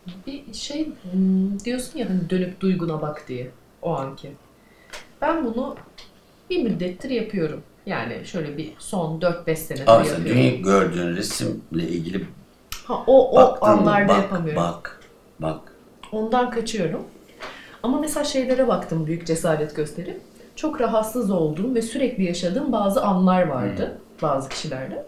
Bir şey diyorsun ya hani dönüp duyguna bak diye o anki. Ben bunu bir müddettir yapıyorum. Yani şöyle bir son 4-5 senedir Ama sen yapıyorum. dün gördüğün resimle ilgili O baktın mı? anlarda yapamıyorum. Bak. Ondan kaçıyorum. Ama mesela şeylere baktım büyük cesaret gösterip. Çok rahatsız olduğum ve sürekli yaşadığım bazı anlar vardı bazı kişilerde.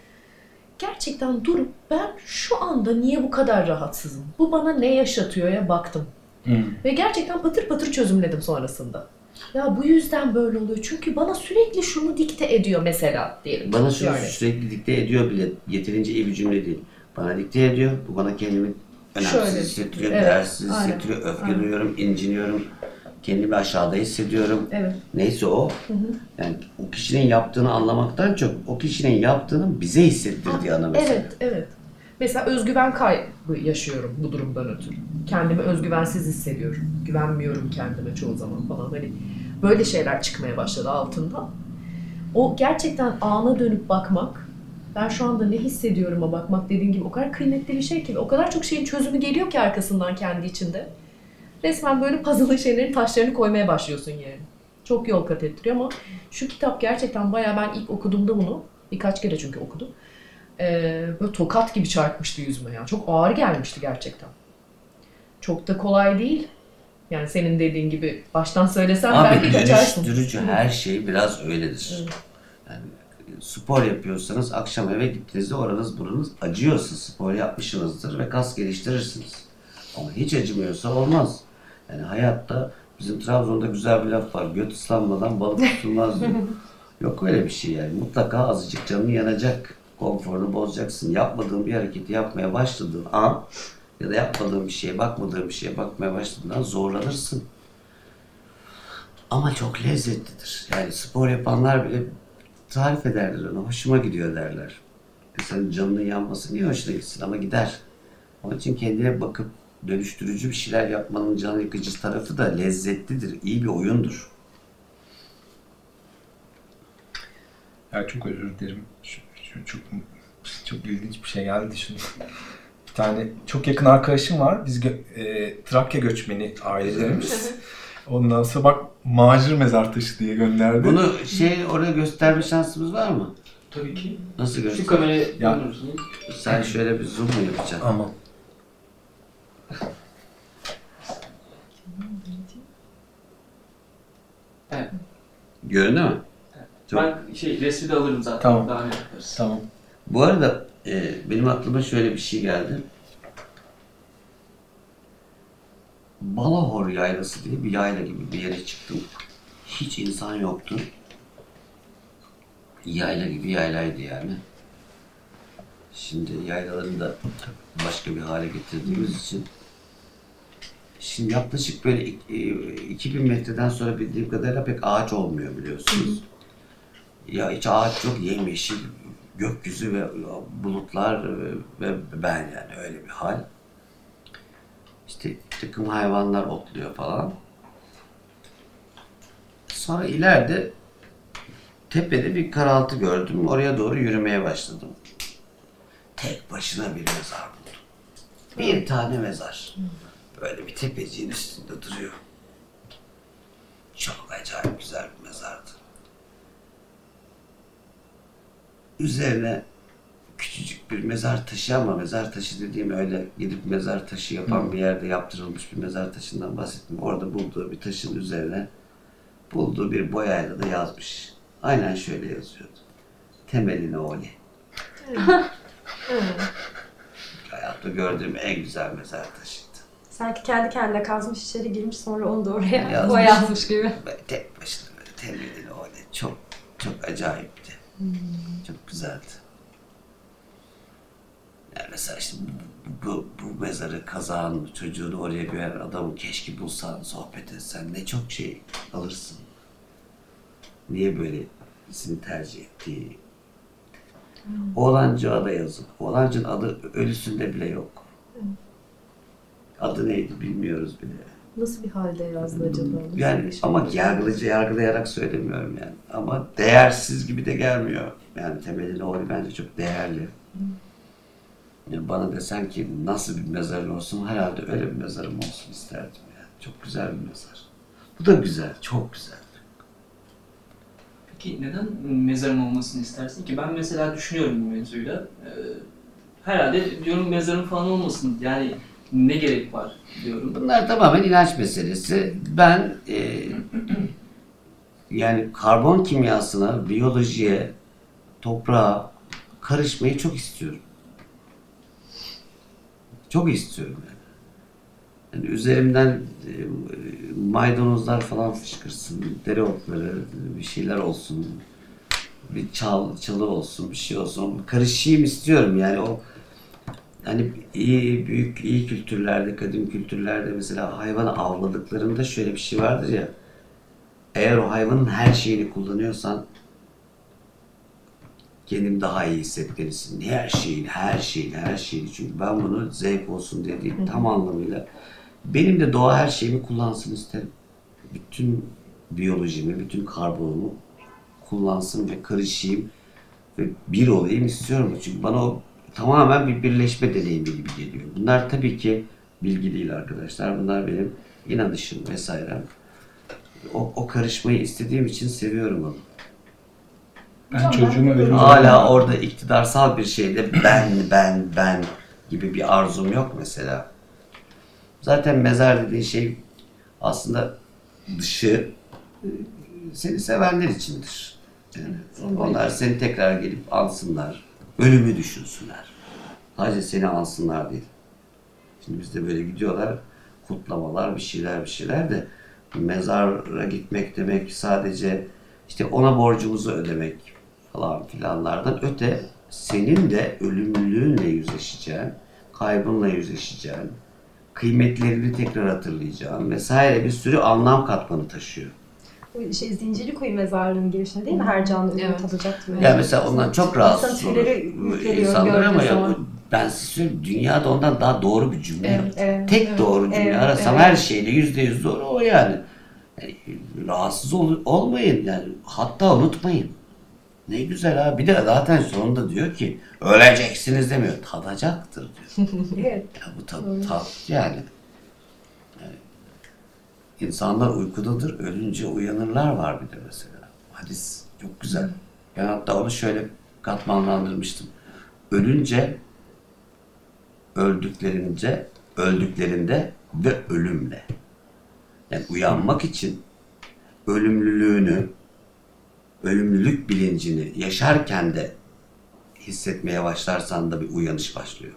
Gerçekten durup ben şu anda niye bu kadar rahatsızım? Bu bana ne yaşatıyor'ya baktım. Ve gerçekten patır patır çözümledim sonrasında. Ya bu yüzden böyle oluyor. Çünkü bana sürekli şunu dikte ediyor mesela diyelim. Bana şunu sürekli dikte ediyor bile yeterince iyi bir cümle değil. Bana dikte ediyor. Bu bana kendimi önemsiz hissettiriyor, değersiz hissettiriyor, öfke duyuyorum, inciniyorum. Kendimi aşağıda hissediyorum. Evet. Neyse o. Yani o kişinin yaptığını anlamaktan çok o kişinin yaptığının bize hissettirdiği ana mesele. Evet. Mesela özgüven kaybı yaşıyorum bu durumdan ötürü. Kendimi özgüvensiz hissediyorum. Güvenmiyorum kendime çoğu zaman falan. Hani böyle şeyler çıkmaya başladı altında. O gerçekten ana dönüp bakmak, ben şu anda ne hissediyorum'a bakmak dediğin gibi o kadar kıymetli bir şey ki, o kadar çok şeyin çözümü geliyor ki arkasından kendi içinde. Resmen böyle puzzle şeylerin taşlarını koymaya başlıyorsun yani. Çok yol kat ettiriyor ama şu kitap gerçekten bayağı, ben ilk okuduğumda bunu, birkaç kere çünkü okudum. Böyle tokat gibi çarpmıştı yüzüme ya. Çok ağır gelmişti gerçekten. Çok da kolay değil. Yani senin dediğin gibi baştan söylesem belki kaçarsın. Abi dönüştürücü her şey biraz öyledir. Yani spor yapıyorsanız akşam eve gittiğinizde oranız buranız acıyorsa spor yapmışsınızdır ve kas geliştirirsiniz. Ama hiç acımıyorsa olmaz. Yani hayatta bizim Trabzon'da güzel bir laf var. Göt ıslanmadan balık tutulmaz diyor. Yok öyle bir şey yani. Mutlaka azıcık canın yanacak. Konforunu bozacaksın. Yapmadığın bir hareketi yapmaya başladığın an ya da yapmadığın bir şeye, bakmadığın bir şeye bakmaya başladığından zorlanırsın. Ama çok lezzetlidir. Yani spor yapanlar bile tarif ederler onu. Hoşuma gidiyor derler. Senin canının yanması niye hoşuna gitsin ama gider. Onun için kendine bakıp dönüştürücü bir şeyler yapmanın can yakıcı tarafı da lezzetlidir. İyi bir oyundur. Ya çok özür dilerim. Çok ilginç bir şey geldi şimdi. Bir tane çok yakın arkadaşım var. Biz Trakya göçmeni ailelerimiz. Ondan sonra bak Macir Mezar Taşı diye gönderdi. Bunu oraya gösterme şansımız var mı? Tabii ki. Nasıl göster? Şu kameraya dönürsünüz. Sen şöyle bir zoom mu yapacaksın? Ama. Evet. Görünüyor mu? Çok... Ben resmi de alırım zaten. Tamam. Daha ne yaparız? Tamam. Bu arada benim aklıma şöyle bir şey geldi. Balahor Yaylası diye bir yayla gibi bir yere çıktım. Hiç insan yoktu. Yayla gibi yaylaydı yani. Şimdi yaylaları da başka bir hale getirdiğimiz için. Şimdi yaklaşık böyle 2000 metreden sonra bildiğim kadarıyla pek ağaç olmuyor biliyorsunuz. Ya hiç ağaç yok, yemyeşil gökyüzü ve bulutlar ve ben yani öyle bir hal. İşte bir takım hayvanlar otluyor falan. Sonra ileride tepede bir karaltı gördüm. Oraya doğru yürümeye başladım. Tek başına bir mezar buldum. Bir tane mezar. Böyle bir tepeciğin üstünde duruyor. Çok acayip güzel bir mezardı. Üzerine küçücük bir mezar taşı, ama mezar taşı dediğim öyle gidip mezar taşı yapan bir yerde yaptırılmış bir mezar taşından bahsetmiyorum. Orada bulduğu bir taşın üzerine bulduğu bir boyayla da yazmış. Aynen şöyle yazıyordu. Temelini Oli. Hayatta gördüğüm en güzel mezar taşıydı. Sanki kendi kendine kazmış, içeri girmiş, sonra onu da oraya Yazmış. boyatmış gibi. Böyle tek başına böyle temelini Oli. Çok acayipti. Çok güzeldi. Yani mesela işte bu mezarı kazan, çocuğunu oraya koyan adamı keşke bulsan, sohbet etsen ne çok şey alırsın. Niye böylesini tercih ettiği. Oğlancığa da yazık. Oğlancının adı ölüsünde bile yok. Adı neydi bilmiyoruz bile. Nasıl bir halde yazdı acaba? Yani ama yargılayarak söylemiyorum yani. Ama değersiz gibi de gelmiyor. Yani temelinde o bence çok değerli. Yani bana desen ki nasıl bir mezarın olsun, herhalde öyle bir mezarım olsun isterdim yani. Çok güzel bir mezar. Bu da güzel, çok güzel. Peki neden mezarın olmasını istersin ki? Ben mesela düşünüyorum bu mevzuyla. Herhalde diyorum mezarın falan olmasın. Yani ne gerek var diyorum. Bunlar tamamen inanç meselesi. Ben yani karbon kimyasına, biyolojiye, toprağa karışmayı çok istiyorum. Çok istiyorum yani. Yani üzerimden maydanozlar falan fışkırsın, dereotları, bir şeyler olsun, bir çalı olsun, bir şey olsun. Karışayım istiyorum yani o. Hani iyi kültürlerde, kadim kültürlerde mesela hayvanı avladıklarında şöyle bir şey vardır ya. Eğer o hayvanın her şeyini kullanıyorsan kendini daha iyi hissetmelisin. Her şeyini. Çünkü ben bunu zevk olsun diye değil, tam anlamıyla. Benim de doğa her şeyimi kullansın isterim. Bütün biyolojimi, bütün karbonumu kullansın ve karışayım ve bir olayım istiyorum. Çünkü bana o tamamen bir birleşme deneyimi gibi geliyor. Bunlar tabii ki bilgi değil arkadaşlar. Bunlar benim inanışım vesaire. O karışmayı istediğim için seviyorum onu. Ben çocuğumu ölüm Hala orada iktidarsal bir şeyde ben gibi bir arzum yok mesela. Zaten mezar dediğin şey aslında dışı seni sevenler içindir. Yani onlar seni tekrar gelip ansınlar. Ölümü düşünsünler. Sadece seni ansınlar değil. Şimdi bizde böyle gidiyorlar, kutlamalar, bir şeyler de mezara gitmek demek sadece işte ona borcumuzu ödemek falan filanlardan öte senin de ölümlülüğünle yüzleşeceğin, kaybınla yüzleşeceğin, kıymetlerini tekrar hatırlayacağın vesaire bir sürü anlam katmanı taşıyor. Bu Zincirlikuyu mezarlığının girişinde değil mi? Her canlı ölümü tadacaktı. Yani mesela ondan çok rahatsız olur insanlar ama ya, ben size söyleyeyim, dünyada ondan daha doğru bir cümle yok. Tek doğru cümle evet, arasam her şeyle %100 doğru o yani. Rahatsız olmayın yani, hatta unutmayın. Ne güzel ha. Bir de zaten sonunda diyor ki öleceksiniz demiyor. Tadacaktır diyor. Evet. Ya bu tat yani. İnsanlar uykudadır, ölünce uyanırlar var bir de mesela. Hadis çok güzel. Ben hatta onu şöyle katmanlandırmıştım. Ölünce, öldüklerinde ve ölümle. Yani uyanmak için ölümlülük bilincini yaşarken de hissetmeye başlarsan da bir uyanış başlıyor.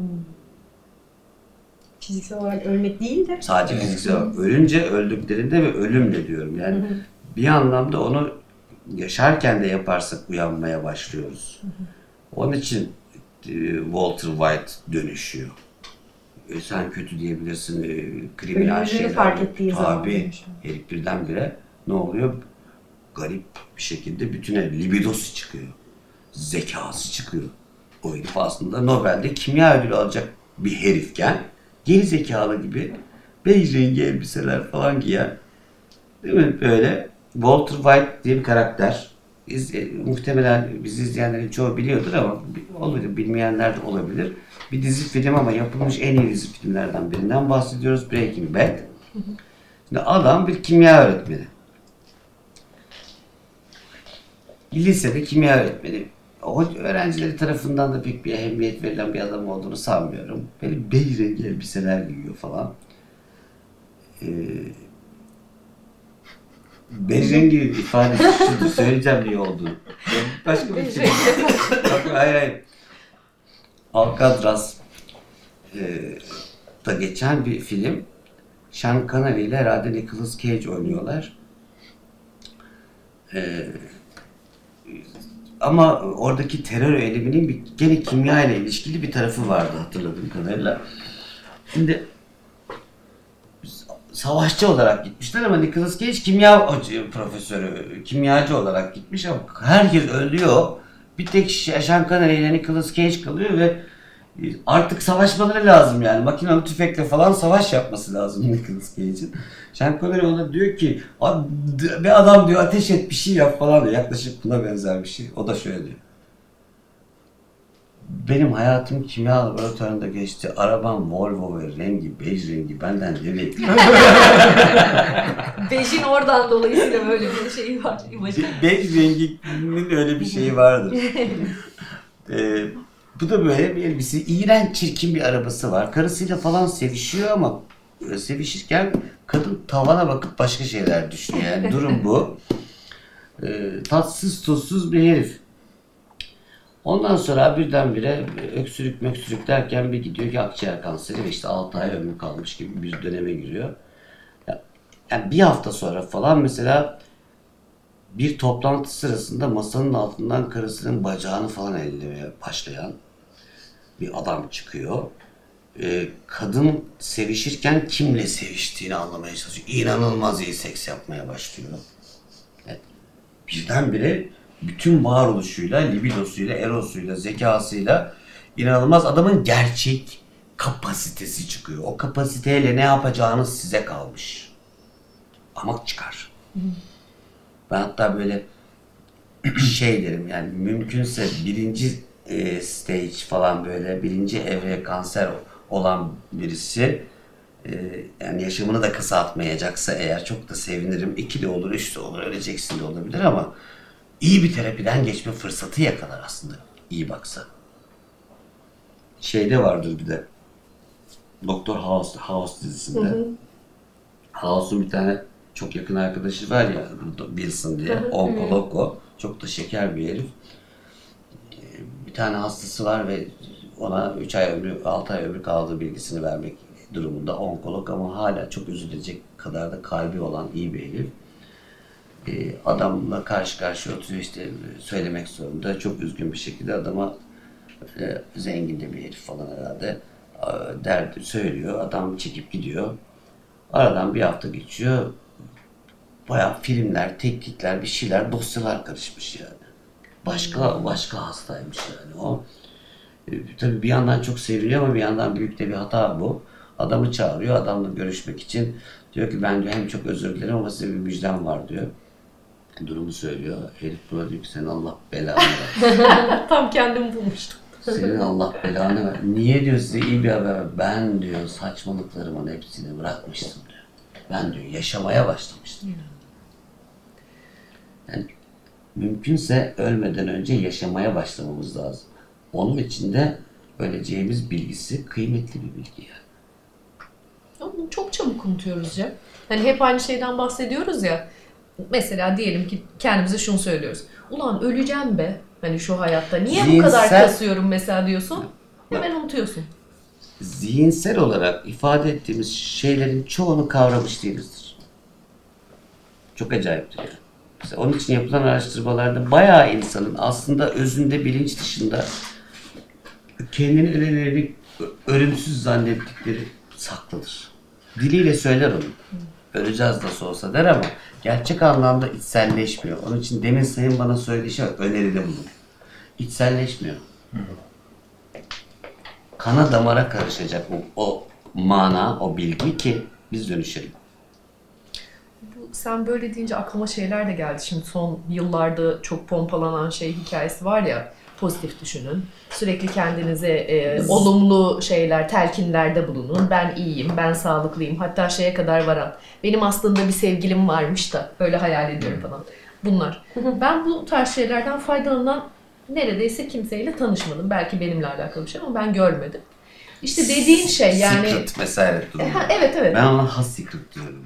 Fiziksel olarak ölmek değil de. Sadece fiziksel olarak. Ölünce, öldüklerinde ve ölümle diyorum. Yani bir anlamda onu yaşarken de yaparsak uyanmaya başlıyoruz. Onun için Walter White dönüşüyor. Sen kötü diyebilirsin, kriminal şeyler. Fark ettiği zaman. Tabii, herif birdenbire ne oluyor? Garip bir şekilde bütün libidosu çıkıyor. Zekası çıkıyor. O herif aslında Nobel'de kimya ödülü alacak bir herifken geri zekalı gibi bej rengi elbiseler falan giyen, değil mi? Böyle Walter White diye bir karakter. Muhtemelen bizi izleyenlerin çoğu biliyordur ama olabilir, bilmeyenler de olabilir. Bir dizi film ama yapılmış en iyi dizi filmlerden birinden bahsediyoruz. Breaking Bad. Şimdi adam bir kimya öğretmeni. Lisede kimya öğretmeni. O öğrencileri tarafından da pek bir ehemmiyet verilen bir adam olduğunu sanmıyorum. Böyle bej rengi elbiseler giyiyor falan. Bej rengi ifadesi şudur, söyleyeceğim niye olduğunu. Başka bir şey. Hayır. Alcatraz da geçen bir film. Sean Connery ile herhalde Nicolas Cage oynuyorlar. Ama oradaki terör eyleminin gene kimya ile ilişkili bir tarafı vardı hatırladığım kadarıyla. Şimdi savaşçı olarak gitmişler ama Nicolas Cage kimya profesörü, kimyacı olarak gitmiş ama herkes ölüyor. Bir tek Sean Connery ile Nicolas Cage kalıyor ve artık savaşmaları lazım yani. Makinalı tüfekle falan savaş yapması lazım Nicolas Cage'in. Sean Connery ona diyor ki bir adam diyor ateş et bir şey yap falan diyor. Yaklaşık buna benzer bir şey. O da şöyle diyor. Benim hayatım kimya laboratuvarında geçti. Arabam Volvo ve rengi, bej rengi benden nereye? Bejin oradan dolayısıyla böyle bir şey var. Bej renginin öyle bir şeyi vardır. Bu da böyle bir elbise. İğrenç çirkin bir arabası var. Karısıyla falan sevişiyor ama sevişirken kadın tavana bakıp başka şeyler düşünüyor. Yani durum bu. Tatsız tuzsuz bir herif. Ondan sonra birdenbire öksürük derken bir gidiyor ki akciğer kanseri ve işte 6 ay ömrü kalmış gibi bir döneme giriyor. Yani bir hafta sonra falan mesela bir toplantı sırasında masanın altından karısının bacağını falan ellemeye başlayan bir adam çıkıyor. Kadın sevişirken kimle seviştiğini anlamaya çalışıyor. İnanılmaz iyi seks yapmaya başlıyor. Evet. Birdenbire bütün varoluşuyla, libidosuyla, erosuyla, zekasıyla inanılmaz adamın gerçek kapasitesi çıkıyor. O kapasiteyle ne yapacağınız size kalmış. Ama çıkar. Ben hatta böyle şey derim yani mümkünse birinci stage falan böyle birinci evre kanser olan birisi yani yaşamını da kısaltmayacaksa eğer çok da sevinirim. 2 de olur, 3 de olur, öleceksin de olabilir ama iyi bir terapiden geçme fırsatı yakalar aslında. İyi baksa. Şeyde vardır bir de Doktor House dizisinde. House'un bir tane çok yakın arkadaşı var ya Wilson diye. Onkolog o. Çok da şeker bir herif. Bir tane hastası var ve ona 3 ay ömrü, 6 ay ömrü kaldığı bilgisini vermek durumunda onkolog ama hala çok üzülecek kadar da kalbi olan iyi bir herif. Adamla karşı karşıya oturuyor işte söylemek zorunda. Çok üzgün bir şekilde adama zengin de bir herif falan herhalde derdi söylüyor. Adam çekip gidiyor. Aradan bir hafta geçiyor. Bayağı filmler, teknikler, bir şeyler, dosyalar karışmış yani. Başka hastaymış yani o. Tabii bir yandan çok seviniyor ama bir yandan büyük de bir hata bu. Adamı çağırıyor, adamla görüşmek için. Diyor ki ben diyor hem çok özür dilerim ama size bir müjdem var diyor. Durumu söylüyor. Herif buna diyor ki senin Allah belanı versin. Tam kendim bulmuştum. Senin Allah belanı ver. Niye diyor size iyi bir haber ver. Ben diyor saçmalıklarımın hepsini bırakmıştım diyor. Ben diyor yaşamaya başlamıştım. Yani mümkünse ölmeden önce yaşamaya başlamamız lazım. Onun için de öleceğimiz bilgisi kıymetli bir bilgi yani. Ama bunu çok çabuk unutuyoruz ya. Hani hep aynı şeyden bahsediyoruz ya. Mesela diyelim ki kendimize şunu söylüyoruz. Ulan öleceğim be. Hani şu hayatta. Niye bu kadar kasıyorum mesela diyorsun. Hemen unutuyorsun. Zihinsel olarak ifade ettiğimiz şeylerin çoğunu kavramış değilizdir. Çok acayiptir yani. Mesela onun için yapılan araştırmalarda bayağı insanın aslında özünde bilinç dışında kendini ölümsüz zannettikleri saklıdır. Diliyle söyler onu. Öleceğiz nasıl olsa der ama gerçek anlamda içselleşmiyor. Onun için demin senin bana söylediği şey öneride bulun. İçselleşmiyor. Kana damara karışacak o mana, o bilgi ki biz dönüşelim. Sen böyle deyince aklıma şeyler de geldi. Şimdi son yıllarda çok pompalanan hikayesi var ya, pozitif düşünün. Sürekli kendinize olumlu şeyler, telkinlerde bulunun. Ben iyiyim, ben sağlıklıyım. Hatta şeye kadar varan. Benim aslında bir sevgilim varmış da böyle hayal ediyorum falan. Bunlar. Ben bu tarz şeylerden faydalanan neredeyse kimseyle tanışmadım. Belki benimle alakalı bir şey ama ben görmedim. İşte dediğin şey yani... Secret vesaire durumu. Evet. Ben ona has secret diyorum.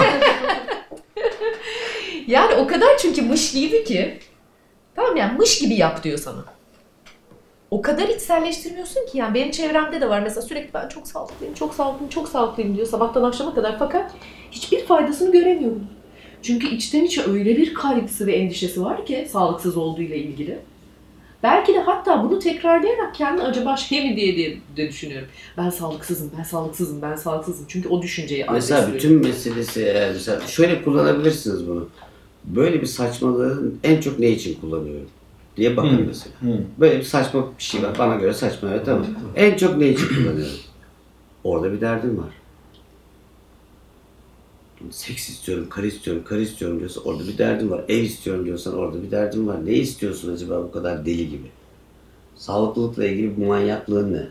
Yani o kadar çünkü mış gibi ki, tamam yani mış gibi yap diyor sana. O kadar içselleştirmiyorsun ki yani benim çevremde de var mesela sürekli ben çok sağlıklıyım, çok sağlıklıyım, çok sağlıklıyım diyor sabahtan akşama kadar fakat hiçbir faydasını göremiyorum. Çünkü içten içe öyle bir kaygısı ve endişesi var ki sağlıksız olduğu ile ilgili. Belki de hatta bunu tekrarlayarak kendi acaba şey mi diye de düşünüyorum. Ben sağlıksızım, ben sağlıksızım, ben sağlıksızım. Çünkü o düşünceyi mesela bütün meselesi mesela şöyle kullanabilirsiniz bunu. Böyle bir saçmalığın en çok ne için kullanıyorum diye bakın mesela. Böyle bir saçma bir şey var. Bana göre saçma evet ama en çok ne için kullanıyorum? Orada bir derdim var. Seks istiyorum, karı istiyorum diyorsan orada bir derdim var. Ev istiyorum diyorsan orada bir derdim var. Ne istiyorsun acaba bu kadar deli gibi? Sağlıklılıkla ilgili bu manyaklığın ne?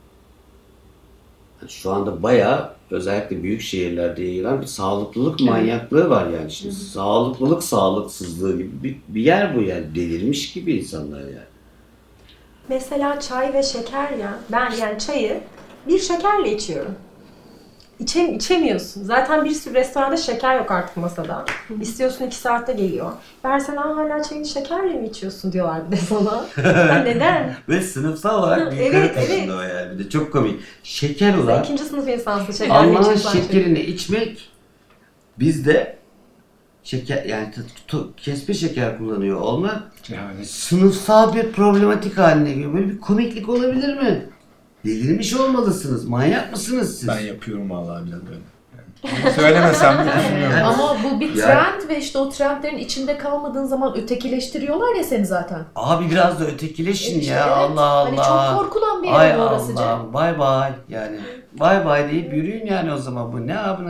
Yani şu anda bayağı özellikle büyük şehirlerde yayılan bir sağlıklılık manyaklığı var yani. Şimdi sağlıklılık sağlıksızlığı gibi bir yer bu yani. Delirmiş gibi insanlar yani. Mesela çay ve şeker ya. Ben yani çayı bir şekerle içiyorum. İçemiyorsun. Zaten bir sürü restoranda şeker yok artık masada. İstiyorsun 2 saatte geliyor. Versen hala çayını şekerle mi içiyorsun diyorlar bir de sana. Neden? Ve sınıfsal olarak bir yukarı taşındı o yani. Bir de çok komik. Şeker Sen olan 2. sınıf insansın şekerle Allah'ın içiyorsan. şekerini içmek bizde şeker yani kesme şeker kullanıyor olmak Yani sınıfsal bir problematik haline geliyor. Böyle bir komiklik olabilir mi? Delirmiş olmalısınız. Manyak mısınız siz? ben yapıyorum vallahi biraz böyle. Yani söylemesem de düşünüyorum. Ama bu bir Yani- trend ve işte o trendlerin içinde kalmadığın zaman ötekileştiriyorlar ya seni zaten. Abi biraz da ötekileşin İşte ya. evet. Allah Allah. Hani çok korkulan bir Ay yer orası Allah. canım. Bay bay yani. Bay bay deyip yürüyün yani o zaman. Bu ne abi?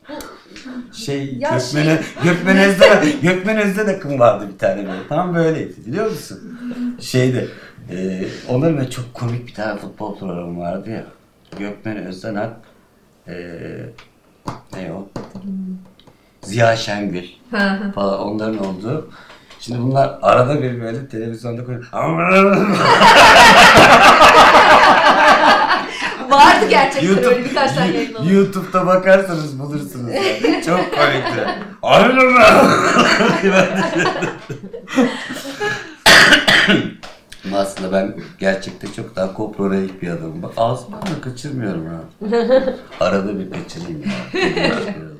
Ya Gökmen Özden akım vardı bir tane böyle. Tam böyleydi biliyor musun? Onların böyle çok komik bir tane futbol programı vardı ya. Gökmen Özden Ak ne o? Ziya Şengül falan onların olduğu. Şimdi bunlar arada bir böyle televizyonda koyuyor. Vardı gerçekten öyle birkaç tane yayınlandı. YouTube'da bakarsanız bulursunuz. Yani. Çok komikti. Ama aslında ben gerçekten çok daha koprorelik bir adamım. Bak ağzımdan da kaçırmıyorum ha. Arada bir kaçırayım ya.